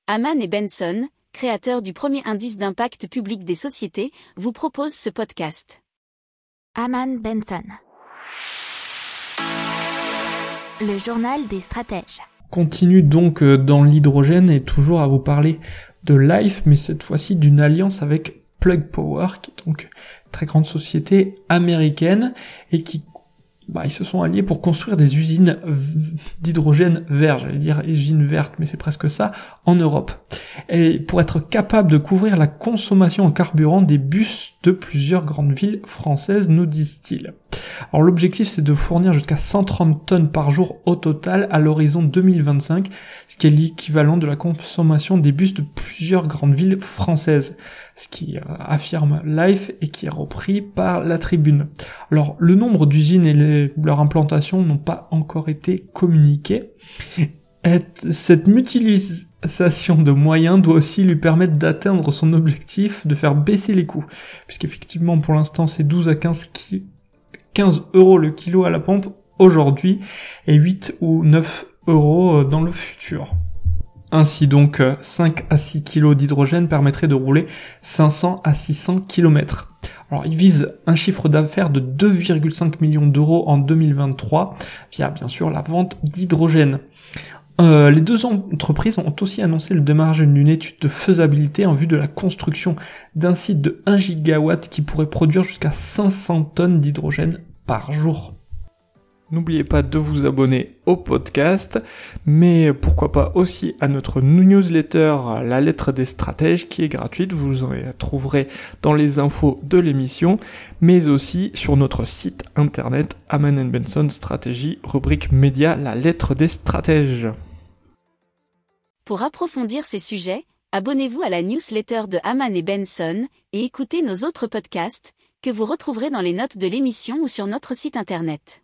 Hamann et Benson, créateurs du premier indice d'impact public des sociétés, vous proposent ce podcast. Hamann Benson. Le journal des stratèges. Continue donc dans l'hydrogène et toujours à vous parler de Life, mais cette fois-ci d'une alliance avec Plug Power, qui est donc une très grande société américaine et qui ils se sont alliés pour construire des usines d'hydrogène vert, j'allais dire usines vertes, mais c'est presque ça, en Europe. Et pour être capable de couvrir la consommation en carburant des bus de plusieurs grandes villes françaises, nous disent-ils. Alors l'objectif, c'est de fournir jusqu'à 130 tonnes par jour au total à l'horizon 2025, ce qui est l'équivalent de la consommation des bus de plusieurs grandes villes françaises, ce qui affirme Life et qui est repris par la Tribune. Alors le nombre d'usines et leur implantation n'ont pas encore été communiqués. Et cette mutualisation de moyens doit aussi lui permettre d'atteindre son objectif de faire baisser les coûts, puisqu'effectivement pour l'instant c'est 12 à 15 € le kilo à la pompe aujourd'hui et 8 ou 9 € dans le futur. Ainsi donc 5 à 6 kg d'hydrogène permettrait de rouler 500 à 600 km. Alors il vise un chiffre d'affaires de 2,5 millions d'euros en 2023 via bien sûr la vente d'hydrogène. Les deux entreprises ont aussi annoncé le démarrage d'une étude de faisabilité en vue de la construction d'un site de 1 gigawatt qui pourrait produire jusqu'à 500 tonnes d'hydrogène par jour. N'oubliez pas de vous abonner au podcast, mais pourquoi pas aussi à notre newsletter La Lettre des Stratèges qui est gratuite, vous en trouverez dans les infos de l'émission, mais aussi sur notre site internet Hamann & Benson Stratégie, rubrique média La Lettre des Stratèges. Pour approfondir ces sujets, abonnez-vous à la newsletter de Hamann & Benson et écoutez nos autres podcasts que vous retrouverez dans les notes de l'émission ou sur notre site internet.